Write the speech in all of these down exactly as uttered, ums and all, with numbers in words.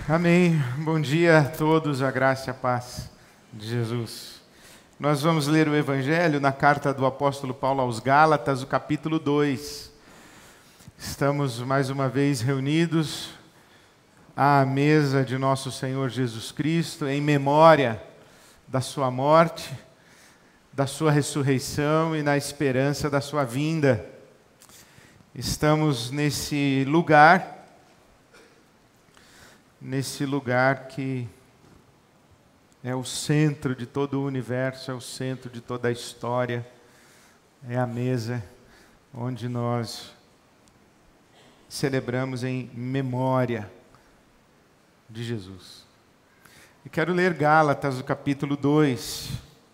Amém. Bom dia a todos, a graça e a paz de Jesus. Nós vamos ler o Evangelho na carta do apóstolo Paulo aos Gálatas, o capítulo dois. Estamos mais uma vez reunidos à mesa de nosso Senhor Jesus Cristo, em memória da sua morte, da sua ressurreição e na esperança da sua vinda. Estamos nesse lugar, nesse lugar que é o centro de todo o universo, é o centro de toda a história, é a mesa onde nós celebramos em memória de Jesus. E quero ler Gálatas, o capítulo dois,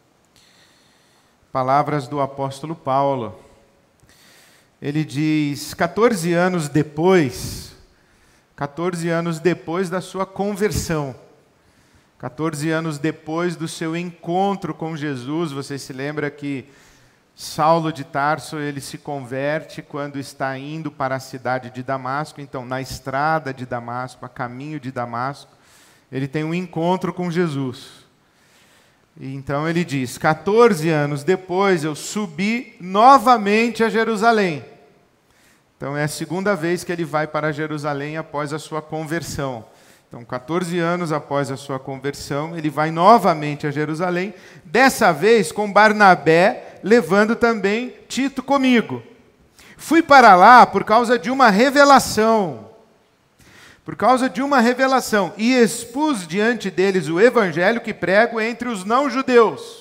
palavras do apóstolo Paulo. Ele diz, quatorze anos depois, quatorze anos depois da sua conversão, quatorze anos depois do seu encontro com Jesus, você se lembra que Saulo de Tarso, ele se converte quando está indo para a cidade de Damasco. Então, na estrada de Damasco, a caminho de Damasco, ele tem um encontro com Jesus. E então ele diz, quatorze anos depois eu subi novamente a Jerusalém. Então é a segunda vez que ele vai para Jerusalém após a sua conversão. Então, quatorze anos após a sua conversão, ele vai novamente a Jerusalém, dessa vez com Barnabé, levando também Tito comigo. Fui para lá por causa de uma revelação, por causa de uma revelação, e expus diante deles o evangelho que prego entre os não-judeus,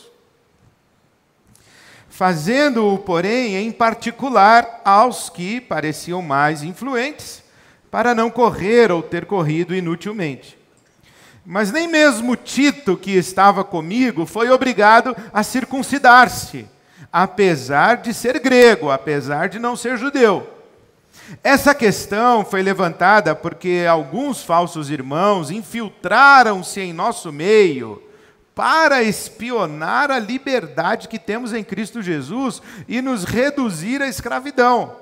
fazendo-o, porém, em particular aos que pareciam mais influentes, para não correr ou ter corrido inutilmente. Mas nem mesmo Tito, que estava comigo, foi obrigado a circuncidar-se, apesar de ser grego, apesar de não ser judeu. Essa questão foi levantada porque alguns falsos irmãos infiltraram-se em nosso meio para espionar a liberdade que temos em Cristo Jesus e nos reduzir à escravidão.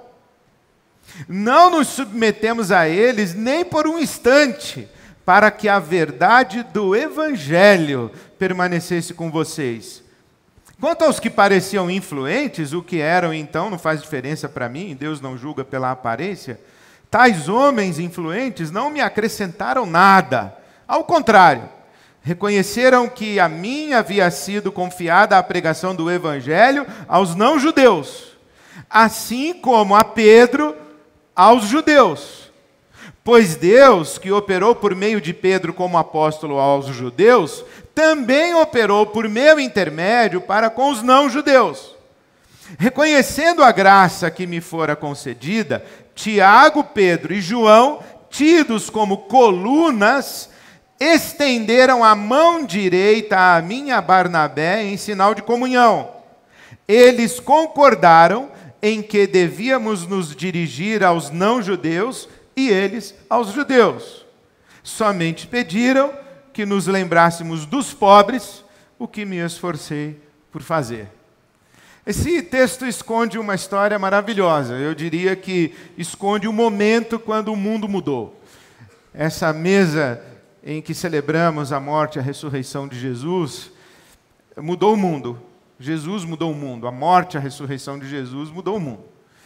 Não nos submetemos a eles nem por um instante, para que a verdade do Evangelho permanecesse com vocês. Quanto aos que pareciam influentes, o que eram então não faz diferença para mim, Deus não julga pela aparência, tais homens influentes não me acrescentaram nada. Ao contrário, reconheceram que a mim havia sido confiada a pregação do Evangelho aos não-judeus, assim como a Pedro aos judeus. Pois Deus, que operou por meio de Pedro como apóstolo aos judeus, também operou por meu intermédio para com os não-judeus. Reconhecendo a graça que me fora concedida, Tiago, Pedro e João, tidos como colunas, estenderam a mão direita a mim e a Barnabé em sinal de comunhão. Eles concordaram em que devíamos nos dirigir aos não-judeus e eles aos judeus. Somente pediram que nos lembrássemos dos pobres, o que me esforcei por fazer. Esse texto esconde uma história maravilhosa. Eu diria que esconde o momento quando o mundo mudou. Essa mesa em que celebramos a morte e a ressurreição de Jesus, mudou o mundo. Jesus mudou o mundo. A morte e a ressurreição de Jesus mudou o mundo.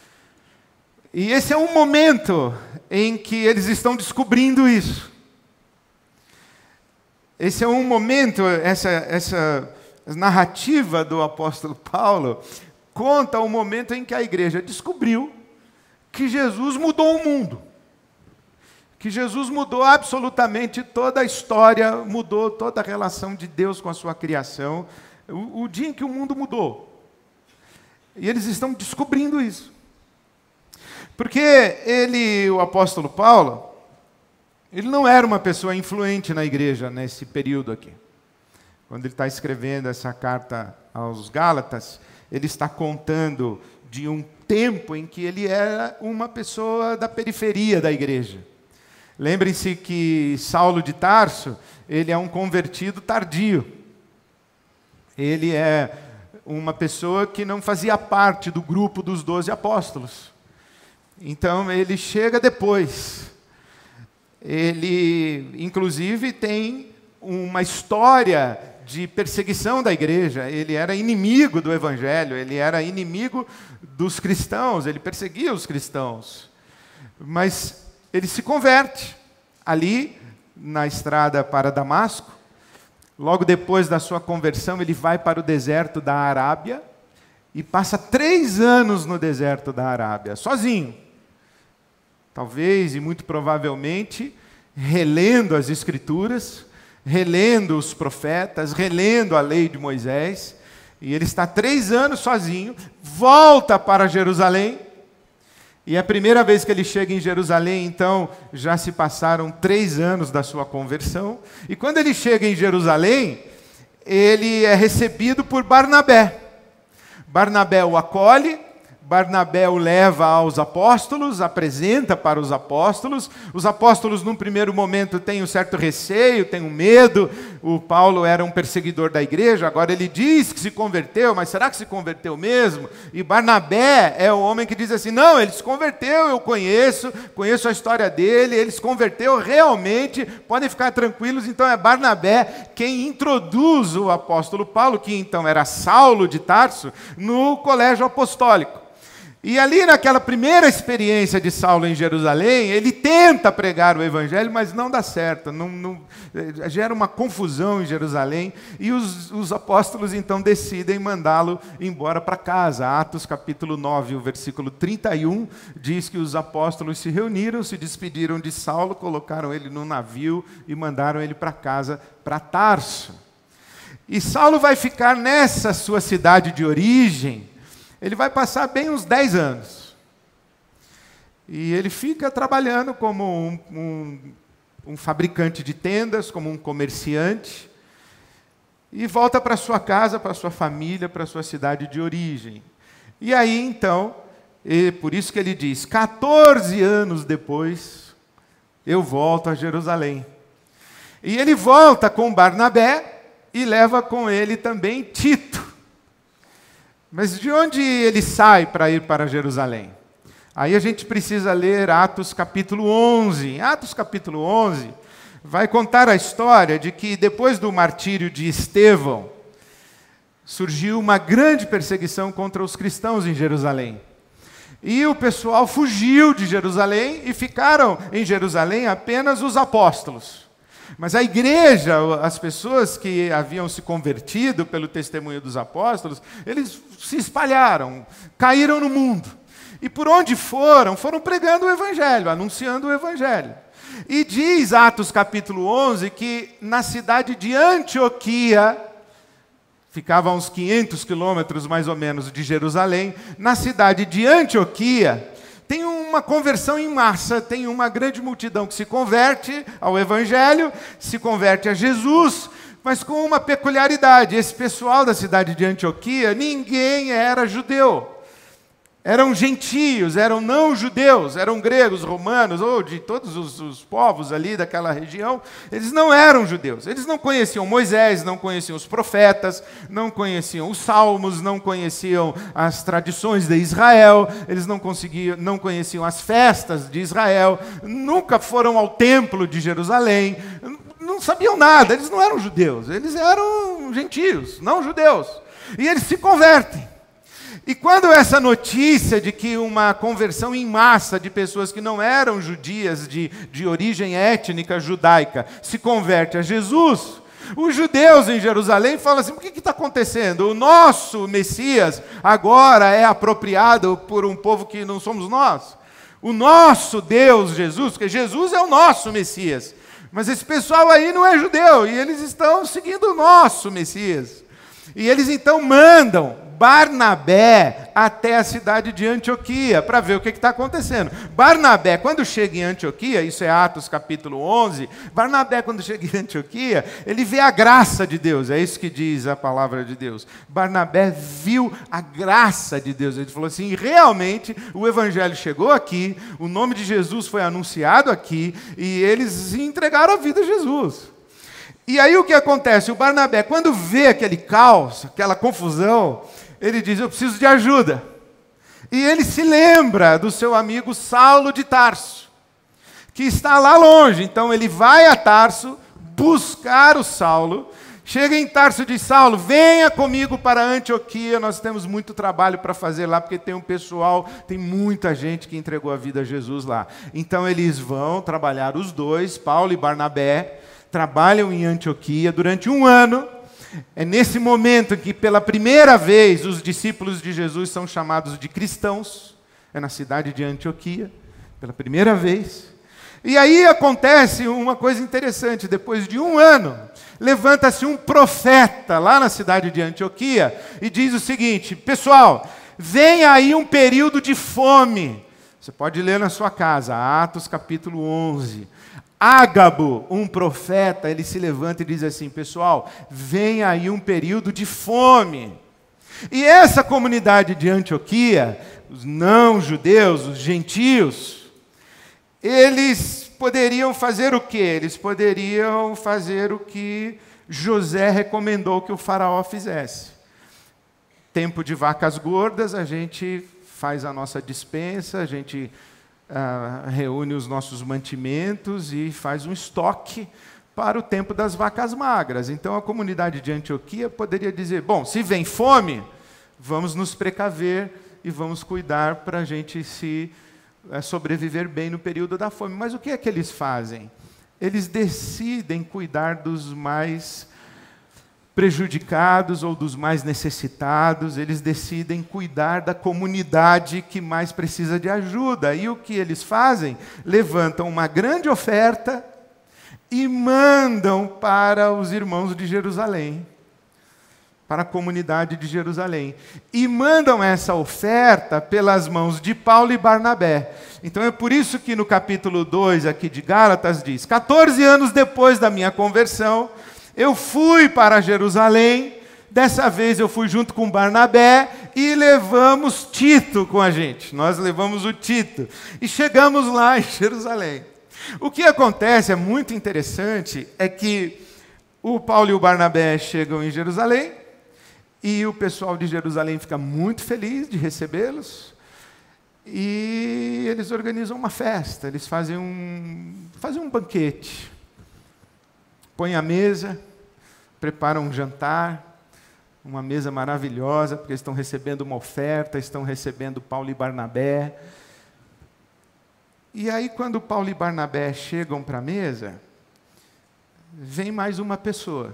E esse é um momento em que eles estão descobrindo isso. Esse é um momento, essa, essa narrativa do apóstolo Paulo conta o momento em que a igreja descobriu que Jesus mudou o mundo. Que Jesus mudou absolutamente toda a história, mudou toda a relação de Deus com a sua criação, o, o dia em que o mundo mudou. E eles estão descobrindo isso. Porque ele, o apóstolo Paulo, ele não era uma pessoa influente na igreja nesse período aqui. Quando ele está escrevendo essa carta aos Gálatas, ele está contando de um tempo em que ele era uma pessoa da periferia da igreja. Lembrem-se que Saulo de Tarso, ele é um convertido tardio. Ele é uma pessoa que não fazia parte do grupo dos doze apóstolos. Então, ele chega depois. ele, inclusive, tem uma história de perseguição da igreja. Ele era inimigo do evangelho, ele era inimigo dos cristãos, ele perseguia os cristãos. Mas ele se converte ali na estrada para Damasco. Logo depois da sua conversão, ele vai para o deserto da Arábia e passa três anos no deserto da Arábia, sozinho. Talvez, e muito provavelmente, relendo as Escrituras, relendo os profetas, relendo a lei de Moisés. E ele está três anos sozinho, volta para Jerusalém. E a primeira vez que ele chega em Jerusalém, então, já se passaram três anos da sua conversão. E quando ele chega em Jerusalém, ele é recebido por Barnabé. Barnabé o acolhe, Barnabé o leva aos apóstolos, apresenta para os apóstolos. Os apóstolos, num primeiro momento, têm um certo receio, têm um medo. O Paulo era um perseguidor da igreja, agora ele diz que se converteu, mas será que se converteu mesmo? E Barnabé é o homem que diz assim, não, ele se converteu, eu conheço, conheço a história dele, ele se converteu realmente, podem ficar tranquilos. Então é Barnabé quem introduz o apóstolo Paulo, que então era Saulo de Tarso, no colégio apostólico. E ali naquela primeira experiência de Saulo em Jerusalém, ele tenta pregar o evangelho, mas não dá certo, não, não, gera uma confusão em Jerusalém, e os, os apóstolos então decidem mandá-lo embora para casa. Atos capítulo nove, o versículo trinta e um, diz que os apóstolos se reuniram, se despediram de Saulo, colocaram ele num navio e mandaram ele para casa, para Tarso. E Saulo vai ficar nessa sua cidade de origem. Ele vai passar bem uns dez anos. E ele fica trabalhando como um, um, um fabricante de tendas, como um comerciante, e volta para sua casa, para sua família, para sua cidade de origem. E aí, então, e por isso que ele diz, quatorze anos depois, eu volto a Jerusalém. E ele volta com Barnabé e leva com ele também Tito. Mas de onde ele sai para ir para Jerusalém? Aí a gente precisa ler Atos capítulo onze. Em Atos capítulo onze vai contar a história de que depois do martírio de Estevão, surgiu uma grande perseguição contra os cristãos em Jerusalém. E o pessoal fugiu de Jerusalém e ficaram em Jerusalém apenas os apóstolos. Mas a igreja, as pessoas que haviam se convertido pelo testemunho dos apóstolos, eles se espalharam, caíram no mundo. E por onde foram, foram pregando o evangelho, anunciando o evangelho. E diz Atos capítulo onze que na cidade de Antioquia, ficava a uns quinhentos quilômetros mais ou menos de Jerusalém, na cidade de Antioquia, tem uma conversão em massa, tem uma grande multidão que se converte ao evangelho, se converte a Jesus, mas com uma peculiaridade. Esse pessoal da cidade de Antioquia, ninguém era judeu. Eram gentios, eram não judeus, eram gregos, romanos, ou de todos os, os povos ali daquela região. Eles não eram judeus, eles não conheciam Moisés, não conheciam os profetas, não conheciam os salmos, não conheciam as tradições de Israel, eles não, conseguiam, não conheciam as festas de Israel, nunca foram ao templo de Jerusalém, não sabiam nada, eles não eram judeus, eles eram gentios, não judeus. E eles se convertem. E quando essa notícia de que uma conversão em massa de pessoas que não eram judias, de, de origem étnica judaica, se converte a Jesus, os judeus em Jerusalém falam assim, o que está acontecendo? O nosso Messias agora é apropriado por um povo que não somos nós? O nosso Deus, Jesus, porque Jesus é o nosso Messias. Mas esse pessoal aí não é judeu, e eles estão seguindo o nosso Messias. E eles então mandam Barnabé até a cidade de Antioquia, para ver o que está acontecendo. Barnabé, quando chega em Antioquia, isso é Atos capítulo onze, Barnabé, quando chega em Antioquia, ele vê a graça de Deus, é isso que diz a palavra de Deus. Barnabé viu a graça de Deus, ele falou assim, realmente o evangelho chegou aqui, o nome de Jesus foi anunciado aqui, e eles entregaram a vida a Jesus. E aí o que acontece? O Barnabé, quando vê aquele caos, aquela confusão, ele diz, eu preciso de ajuda. E ele se lembra do seu amigo Saulo de Tarso, que está lá longe. Então ele vai a Tarso buscar o Saulo. Chega em Tarso e diz: Saulo, venha comigo para Antioquia, nós temos muito trabalho para fazer lá, porque tem um pessoal, tem muita gente que entregou a vida a Jesus lá. Então eles vão trabalhar os dois, Paulo e Barnabé, trabalham em Antioquia durante um ano. É nesse momento que pela primeira vez os discípulos de Jesus são chamados de cristãos, é na cidade de Antioquia, pela primeira vez. E aí acontece uma coisa interessante, depois de um ano, levanta-se um profeta lá na cidade de Antioquia e diz o seguinte: pessoal, vem aí um período de fome. Você pode ler na sua casa, Atos capítulo onze. Ágabo, um profeta, ele se levanta e diz assim: pessoal, vem aí um período de fome. E essa comunidade de Antioquia, os não-judeus, os gentios, eles poderiam fazer o quê? Eles poderiam fazer o que José recomendou que o faraó fizesse. Tempo de vacas gordas, a gente faz a nossa despensa, a gente uh, reúne os nossos mantimentos e faz um estoque para o tempo das vacas magras. Então a comunidade de Antioquia poderia dizer: bom, se vem fome, vamos nos precaver e vamos cuidar para a gente se É sobreviver bem no período da fome. Mas o que é que eles fazem? Eles decidem cuidar dos mais prejudicados ou dos mais necessitados, eles decidem cuidar da comunidade que mais precisa de ajuda. E o que eles fazem? Levantam uma grande oferta e mandam para os irmãos de Jerusalém, para a comunidade de Jerusalém. E mandam essa oferta pelas mãos de Paulo e Barnabé. Então é por isso que no capítulo dois aqui de Gálatas diz: quatorze anos depois da minha conversão, eu fui para Jerusalém, dessa vez eu fui junto com Barnabé e levamos Tito com a gente. Nós levamos o Tito e chegamos lá em Jerusalém. O que acontece, é muito interessante, é que o Paulo e o Barnabé chegam em Jerusalém, e o pessoal de Jerusalém fica muito feliz de recebê-los. E eles organizam uma festa, eles fazem um, fazem um banquete. Põem a mesa, preparam um jantar, uma mesa maravilhosa, porque estão recebendo uma oferta, estão recebendo Paulo e Barnabé. E aí, quando Paulo e Barnabé chegam para a mesa, vem mais uma pessoa.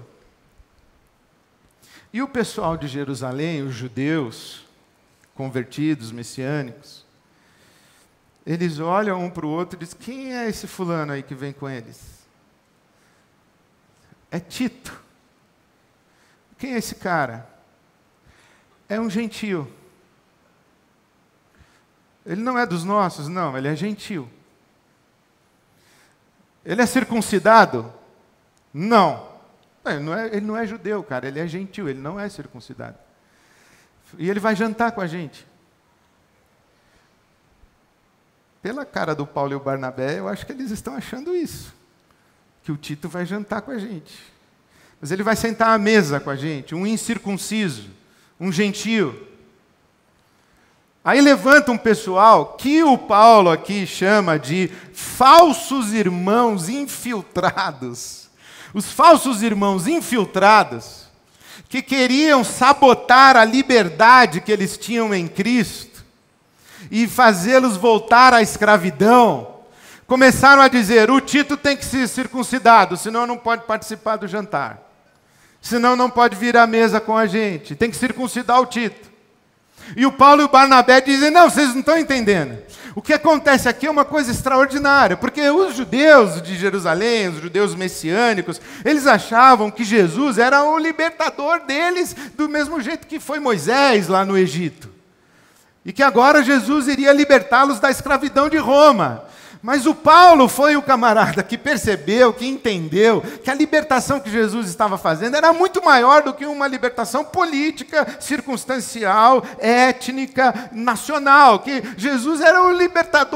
E o pessoal de Jerusalém, os judeus, convertidos, messiânicos, eles olham um para o outro e dizem: quem é esse fulano aí que vem com eles? É Tito. Quem é esse cara? É um gentio. Ele não é dos nossos, não, ele é gentio. Ele é circuncidado? Não. Ele não, é, ele não é judeu, cara, ele é gentil, ele não é circuncidado. E ele vai jantar com a gente. Pela cara do Paulo e o Barnabé, eu acho que eles estão achando isso, que o Tito vai jantar com a gente. Mas ele vai sentar à mesa com a gente, um incircunciso, um gentio. Aí levanta um pessoal que o Paulo aqui chama de falsos irmãos infiltrados. Os falsos irmãos infiltrados, que queriam sabotar a liberdade que eles tinham em Cristo e fazê-los voltar à escravidão, começaram a dizer: o Tito tem que ser circuncidado, senão não pode participar do jantar, senão não pode vir à mesa com a gente, tem que circuncidar o Tito. E o Paulo e o Barnabé dizem: não, vocês não estão entendendo. O que acontece aqui é uma coisa extraordinária, porque os judeus de Jerusalém, os judeus messiânicos, eles achavam que Jesus era o libertador deles, do mesmo jeito que foi Moisés lá no Egito. E que agora Jesus iria libertá-los da escravidão de Roma. Mas o Paulo foi o camarada que percebeu, que entendeu que a libertação que Jesus estava fazendo era muito maior do que uma libertação política, circunstancial, étnica, nacional. Que Jesus era o libertador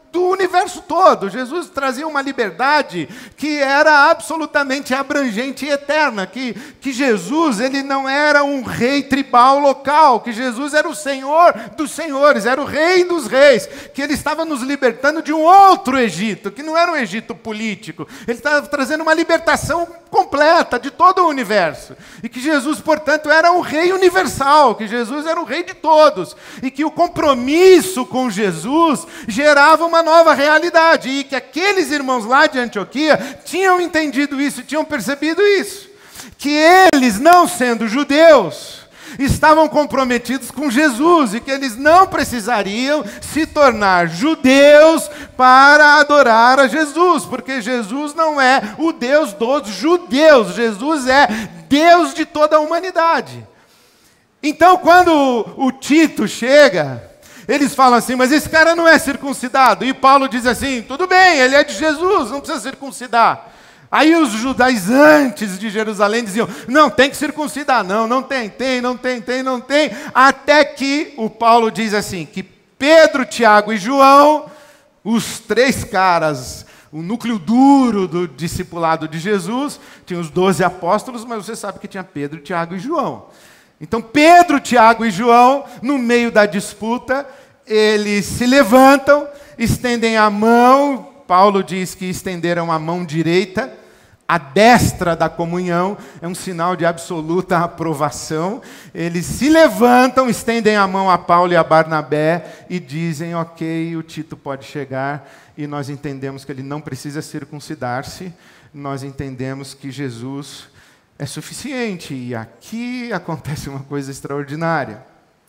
do universo todo. Jesus trazia uma liberdade que era absolutamente abrangente e eterna, que, que Jesus ele não era um rei tribal local, que Jesus era o Senhor dos senhores, era o rei dos reis, que ele estava nos libertando de um outro Egito, que não era um Egito político, ele estava trazendo uma libertação completa de todo o universo, e que Jesus, portanto, era um rei universal, que Jesus era o rei de todos, e que o compromisso com Jesus gerava uma nova realidade, e que aqueles irmãos lá de Antioquia tinham entendido isso, tinham percebido isso, que eles, não sendo judeus, estavam comprometidos com Jesus, e que eles não precisariam se tornar judeus para adorar a Jesus, porque Jesus não é o Deus dos judeus, Jesus é Deus de toda a humanidade. Então, quando o Tito chega, eles falam assim, mas esse cara não é circuncidado. E Paulo diz assim, tudo bem, ele é de Jesus, não precisa circuncidar. Aí os judaizantes de Jerusalém diziam, não, tem que circuncidar. Não, não tem, tem, não tem, tem, não tem. Até que o Paulo diz assim, que Pedro, Tiago e João, os três caras, o núcleo duro do discipulado de Jesus, tinha os doze apóstolos, mas você sabe que tinha Pedro, Tiago e João. Então Pedro, Tiago e João, no meio da disputa, eles se levantam, estendem a mão. Paulo diz que estenderam a mão direita, a destra da comunhão, é um sinal de absoluta aprovação. Eles se levantam, estendem a mão a Paulo e a Barnabé e dizem, ok, o Tito pode chegar, e nós entendemos que ele não precisa circuncidar-se, nós entendemos que Jesus é suficiente. E aqui acontece uma coisa extraordinária.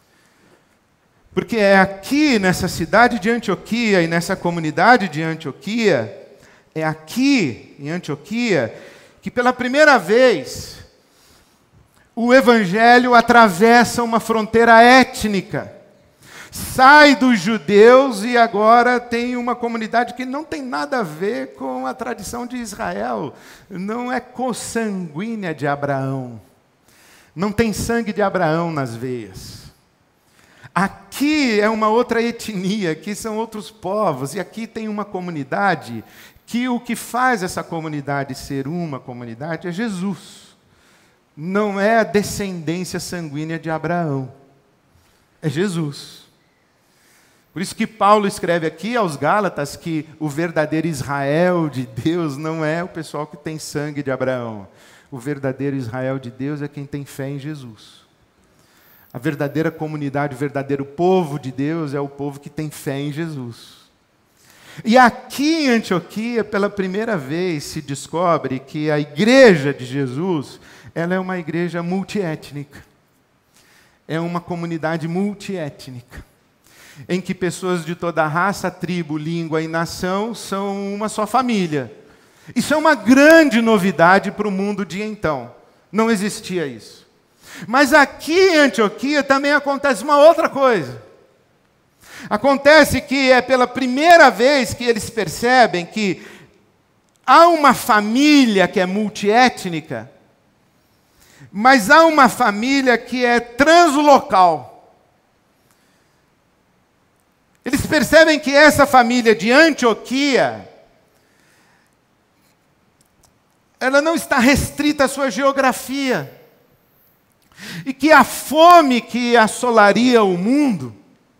Porque é aqui, nessa cidade de Antioquia e nessa comunidade de Antioquia, é aqui, em Antioquia, que pela primeira vez o Evangelho atravessa uma fronteira étnica. Sai dos judeus e agora tem uma comunidade que não tem nada a ver com a tradição de Israel. Não é consanguínea de Abraão. Não tem sangue de Abraão nas veias. Aqui é uma outra etnia, aqui são outros povos, e aqui tem uma comunidade que o que faz essa comunidade ser uma comunidade é Jesus. Não é a descendência sanguínea de Abraão. É Jesus. Por isso que Paulo escreve aqui aos Gálatas que o verdadeiro Israel de Deus não é o pessoal que tem sangue de Abraão. O verdadeiro Israel de Deus é quem tem fé em Jesus. A verdadeira comunidade, o verdadeiro povo de Deus é o povo que tem fé em Jesus. E aqui em Antioquia, pela primeira vez, se descobre que a igreja de Jesus, ela é uma igreja multiétnica. É uma comunidade multiétnica, em que pessoas de toda raça, tribo, língua e nação são uma só família. Isso é uma grande novidade para o mundo de então. Não existia isso. Mas aqui em Antioquia também acontece uma outra coisa. Acontece que é pela primeira vez que eles percebem que há uma família que é multiétnica, mas há uma família que é translocal. Eles percebem que essa família de Antioquia, ela não está restrita à sua geografia. E que a fome que assolaria o mundo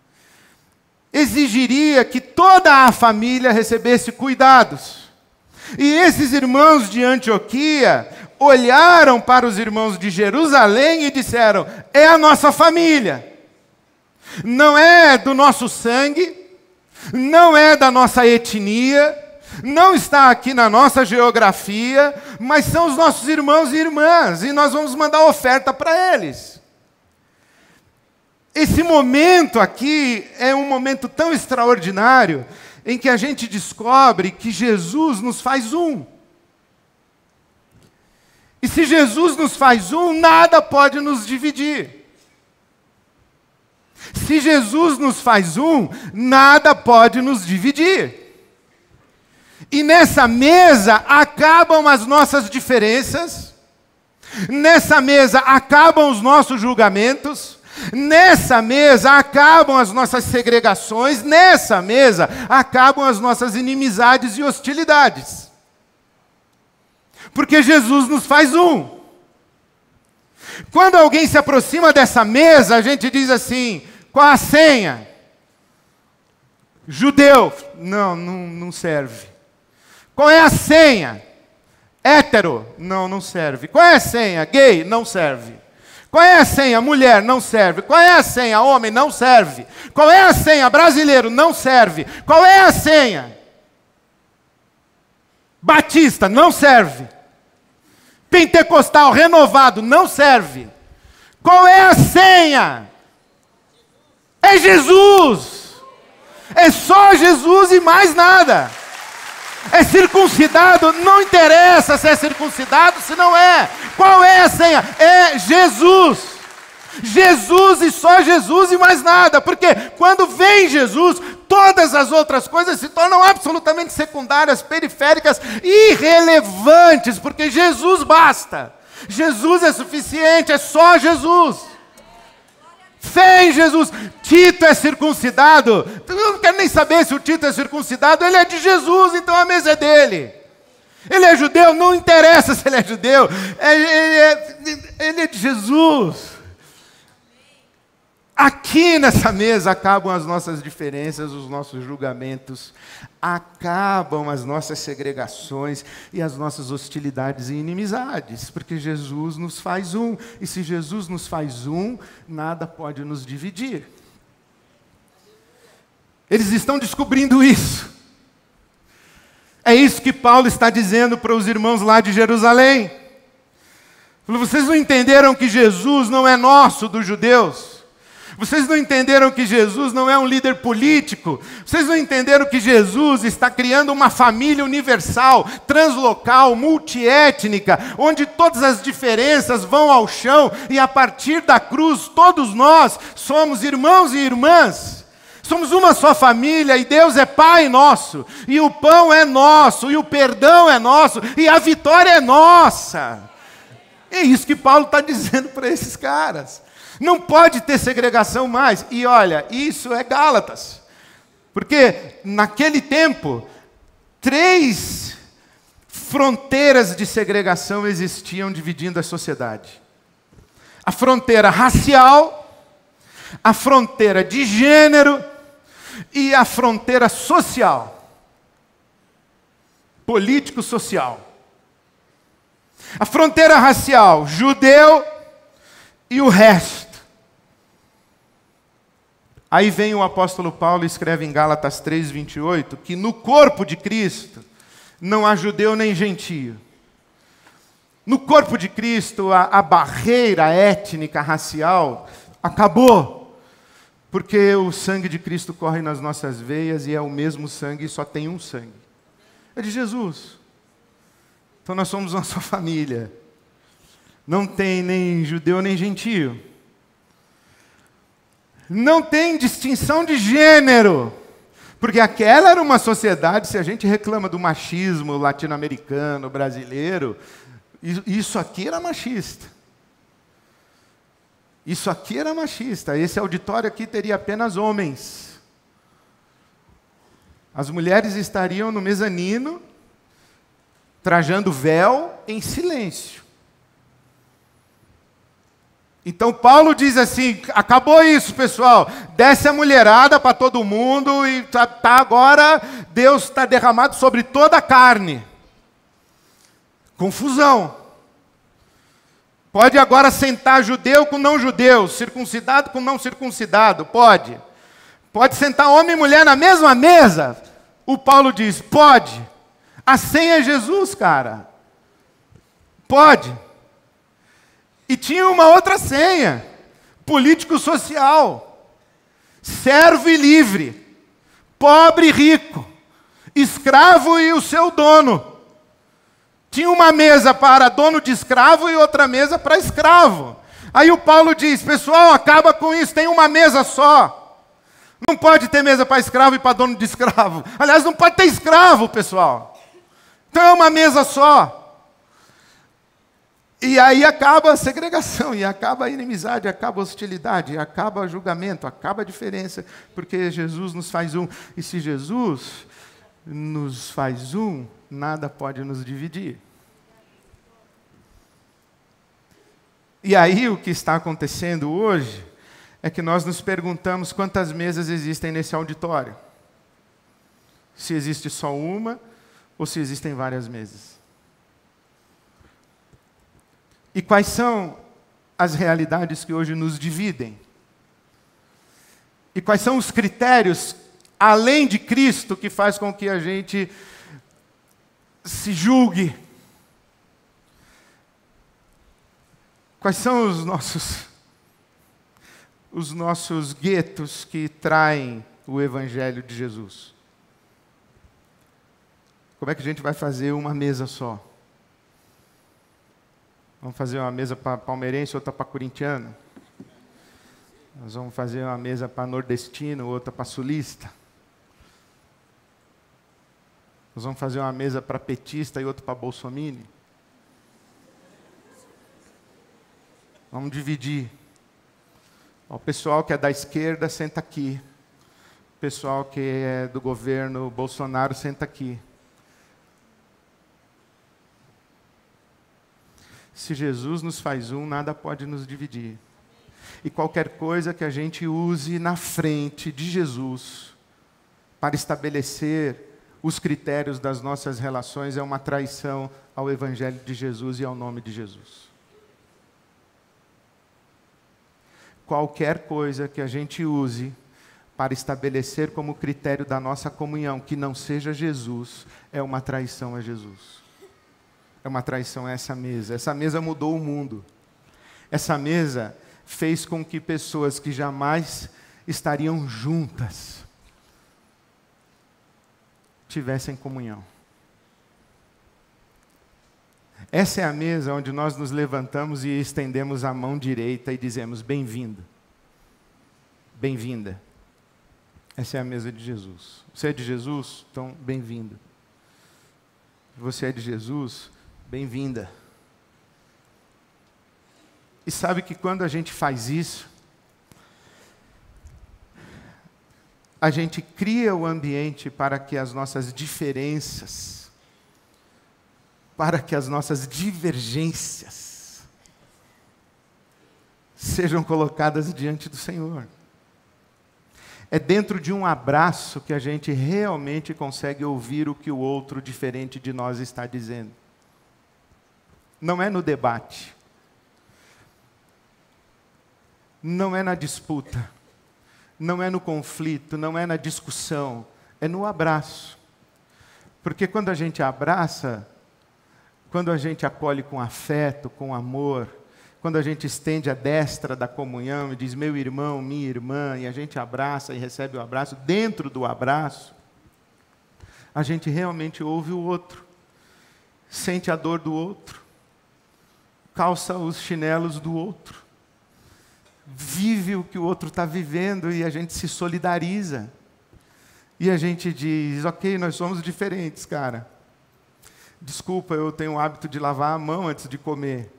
exigiria que toda a família recebesse cuidados. E esses irmãos de Antioquia olharam para os irmãos de Jerusalém e disseram, é a nossa família. Não é do nosso sangue, não é da nossa etnia, não está aqui na nossa geografia, mas são os nossos irmãos e irmãs, e nós vamos mandar oferta para eles. Esse momento aqui é um momento tão extraordinário, em que a gente descobre que Jesus nos faz um. E se Jesus nos faz um, nada pode nos dividir. Se Jesus nos faz um, nada pode nos dividir. E nessa mesa acabam as nossas diferenças, nessa mesa acabam os nossos julgamentos, Nessa mesa acabam as nossas segregações, nessa mesa acabam as nossas inimizades e hostilidades. Porque Jesus nos faz um. Quando alguém se aproxima dessa mesa, a gente diz assim: qual a senha? Judeu. Não, não, não serve. Qual é a senha? Hétero. Não, não serve. Qual é a senha? Gay. Não serve. Qual é a senha? Mulher. Não serve. Qual é a senha? Homem. Não serve. Qual é a senha? Brasileiro. Não serve. Qual é a senha? Batista. Não serve. Pentecostal. Renovado. Não serve. Qual é a senha? É Jesus. É só Jesus e mais nada. É circuncidado, não interessa se é circuncidado, se não é. Qual é a senha? É Jesus. Jesus e só Jesus e mais nada. Porque quando vem Jesus, todas as outras coisas se tornam absolutamente secundárias, periféricas, irrelevantes, porque Jesus basta. Jesus é suficiente, é só Jesus. Fé em Jesus. Tito é circuncidado. Eu não quero nem saber se o Tito é circuncidado. Ele é de Jesus, então a mesa é dele. Ele é judeu, não interessa se ele é judeu. Ele é, ele é de Jesus. Aqui nessa mesa acabam as nossas diferenças, os nossos julgamentos, acabam as nossas segregações e as nossas hostilidades e inimizades, porque Jesus nos faz um, e se Jesus nos faz um, nada pode nos dividir. Eles estão descobrindo isso. É isso que Paulo está dizendo para os irmãos lá de Jerusalém. Vocês não entenderam que Jesus não é nosso, dos judeus? Vocês não entenderam que Jesus não é um líder político? Vocês não entenderam que Jesus está criando uma família universal, translocal, multiétnica, onde todas as diferenças vão ao chão e a partir da cruz todos nós somos irmãos e irmãs. Somos uma só família e Deus é Pai nosso, e o pão é nosso, e o perdão é nosso, e a vitória é nossa. É isso que Paulo está dizendo para esses caras. Não pode ter segregação mais. E olha, isso é Gálatas. Porque naquele tempo, três fronteiras de segregação existiam dividindo a sociedade. A fronteira racial, a fronteira de gênero e a fronteira social. Político-social. A fronteira racial, judeu e o resto. Aí vem o apóstolo Paulo e escreve em Gálatas três, vinte e oito, que no corpo de Cristo não há judeu nem gentio. No corpo de Cristo a, a barreira étnica, racial, acabou. Porque o sangue de Cristo corre nas nossas veias e é o mesmo sangue e só tem um sangue. É de Jesus. Então nós somos uma só família. Não tem nem judeu nem gentio. Não tem distinção de gênero. Porque aquela era uma sociedade, se a gente reclama do machismo latino-americano, brasileiro, isso aqui era machista. Isso aqui era machista. Esse auditório aqui teria apenas homens. As mulheres estariam no mezanino, trajando véu em silêncio. Então Paulo diz assim, acabou isso, pessoal, desce a mulherada para todo mundo e tá, tá agora, Deus está derramado sobre toda a carne. Confusão. Pode agora sentar judeu com não judeu, circuncidado com não circuncidado, pode. Pode sentar homem e mulher na mesma mesa? O Paulo diz, pode. A senha é Jesus, cara. Pode. E tinha uma outra senha, político-social, servo e livre, pobre e rico, escravo e o seu dono. Tinha uma mesa para dono de escravo e outra mesa para escravo. Aí o Paulo diz, pessoal, acaba com isso, tem uma mesa só. Não pode ter mesa para escravo e para dono de escravo. Aliás, não pode ter escravo, pessoal. Então é uma mesa só. E aí acaba a segregação, e acaba a inimizade, acaba a hostilidade, acaba o julgamento, acaba a diferença, porque Jesus nos faz um. E se Jesus nos faz um, nada pode nos dividir. E aí o que está acontecendo hoje é que nós nos perguntamos quantas mesas existem nesse auditório. Se existe só uma ou se existem várias mesas. E quais são as realidades que hoje nos dividem? E quais são os critérios, além de Cristo, que faz com que a gente se julgue? Quais são os nossos, os nossos guetos que traem o Evangelho de Jesus? Como é que a gente vai fazer uma mesa só? Vamos fazer uma mesa para palmeirense, outra para corintiano? Nós vamos fazer uma mesa para nordestino, outra para sulista? Nós vamos fazer uma mesa para petista e outra para bolsominion? Vamos dividir. O pessoal que é da esquerda, senta aqui. O pessoal que é do governo Bolsonaro, senta aqui. Se Jesus nos faz um, nada pode nos dividir. E qualquer coisa que a gente use na frente de Jesus para estabelecer os critérios das nossas relações é uma traição ao Evangelho de Jesus e ao nome de Jesus. Qualquer coisa que a gente use para estabelecer como critério da nossa comunhão que não seja Jesus é uma traição a Jesus. É uma traição a essa mesa. Essa mesa mudou o mundo. Essa mesa fez com que pessoas que jamais estariam juntas tivessem comunhão. Essa é a mesa onde nós nos levantamos e estendemos a mão direita e dizemos: bem-vindo, bem-vinda. Essa é a mesa de Jesus. Você é de Jesus? Então, bem-vindo. Você é de Jesus? Bem-vinda. E sabe que quando a gente faz isso, a gente cria o ambiente para que as nossas diferenças, para que as nossas divergências sejam colocadas diante do Senhor. É dentro de um abraço que a gente realmente consegue ouvir o que o outro diferente de nós está dizendo. Não é no debate. Não é na disputa. Não é no conflito, não é na discussão. É no abraço. Porque quando a gente abraça, quando a gente acolhe com afeto, com amor, quando a gente estende a destra da comunhão e diz: meu irmão, minha irmã, e a gente abraça e recebe o abraço, dentro do abraço, a gente realmente ouve o outro, sente a dor do outro, calça os chinelos do outro, vive o que o outro está vivendo e a gente se solidariza. E a gente diz: ok, nós somos diferentes, cara. Desculpa, eu tenho o hábito de lavar a mão antes de comer.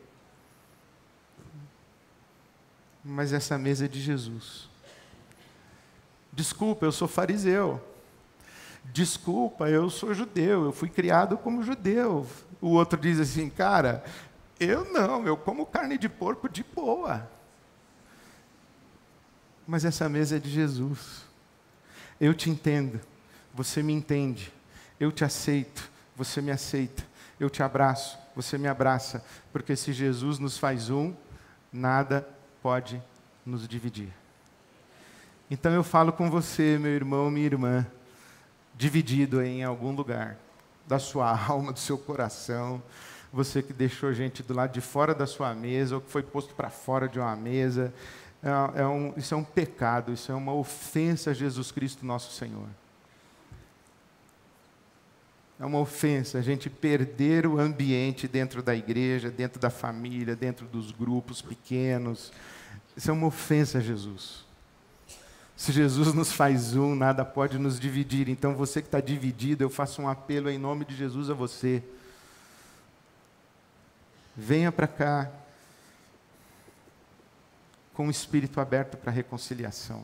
Mas essa mesa é de Jesus. Desculpa, eu sou fariseu. Desculpa, eu sou judeu, eu fui criado como judeu. O outro diz assim: cara, eu não, eu como carne de porco de boa. Mas essa mesa é de Jesus. Eu te entendo, você me entende. Eu te aceito, você me aceita. Eu te abraço, você me abraça. Porque se Jesus nos faz um, nada pode nos dividir. Então eu falo com você, meu irmão, minha irmã, dividido em algum lugar da sua alma, do seu coração, você que deixou gente do lado de fora da sua mesa, ou que foi posto para fora de uma mesa, é, é um, isso é um pecado, isso é uma ofensa a Jesus Cristo, nosso Senhor. É uma ofensa a gente perder o ambiente dentro da igreja, dentro da família, dentro dos grupos pequenos. Isso é uma ofensa a Jesus. Se Jesus nos faz um, nada pode nos dividir. Então, você que está dividido, eu faço um apelo em nome de Jesus a você. venha para cá com o espírito aberto para reconciliação.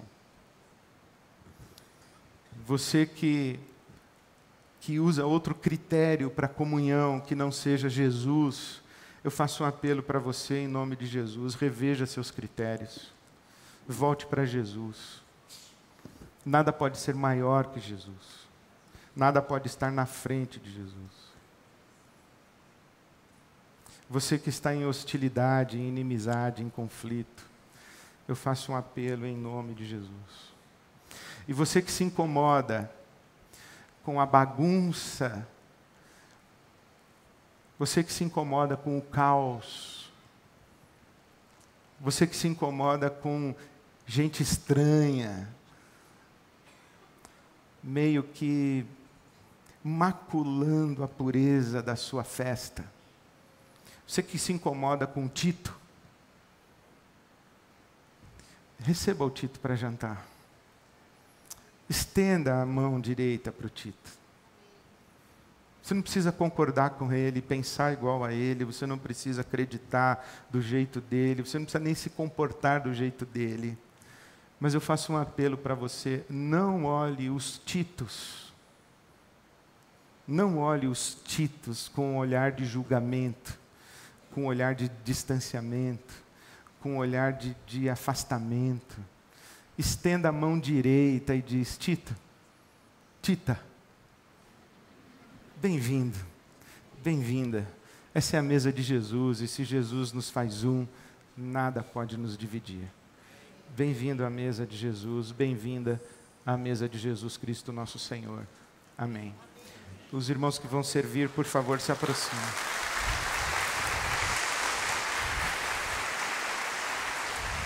Você que, que usa outro critério para comunhão, que não seja Jesus, eu faço um apelo para você em nome de Jesus, reveja seus critérios, volte para Jesus. Nada pode ser maior que Jesus, nada pode estar na frente de Jesus. Você que está em hostilidade, em inimizade, em conflito, eu faço um apelo em nome de Jesus. E você que se incomoda com a bagunça, você que se incomoda com o caos, você que se incomoda com gente estranha, meio que maculando a pureza da sua festa, você que se incomoda com Tito, receba o Tito para jantar. Estenda a mão direita para o Tito. Você não precisa concordar com ele, pensar igual a ele, você não precisa acreditar do jeito dele, você não precisa nem se comportar do jeito dele. Mas eu faço um apelo para você, não olhe os Titos. Não olhe os Titos com um olhar de julgamento, com um olhar de distanciamento, com um olhar de, de afastamento. Estenda a mão direita e diz: Tito, Tita, bem-vindo, bem-vinda. Essa é a mesa de Jesus, e se Jesus nos faz um, nada pode nos dividir. Bem-vindo à mesa de Jesus, bem-vinda à mesa de Jesus Cristo, nosso Senhor. Amém. Os irmãos que vão servir, por favor, se aproximem.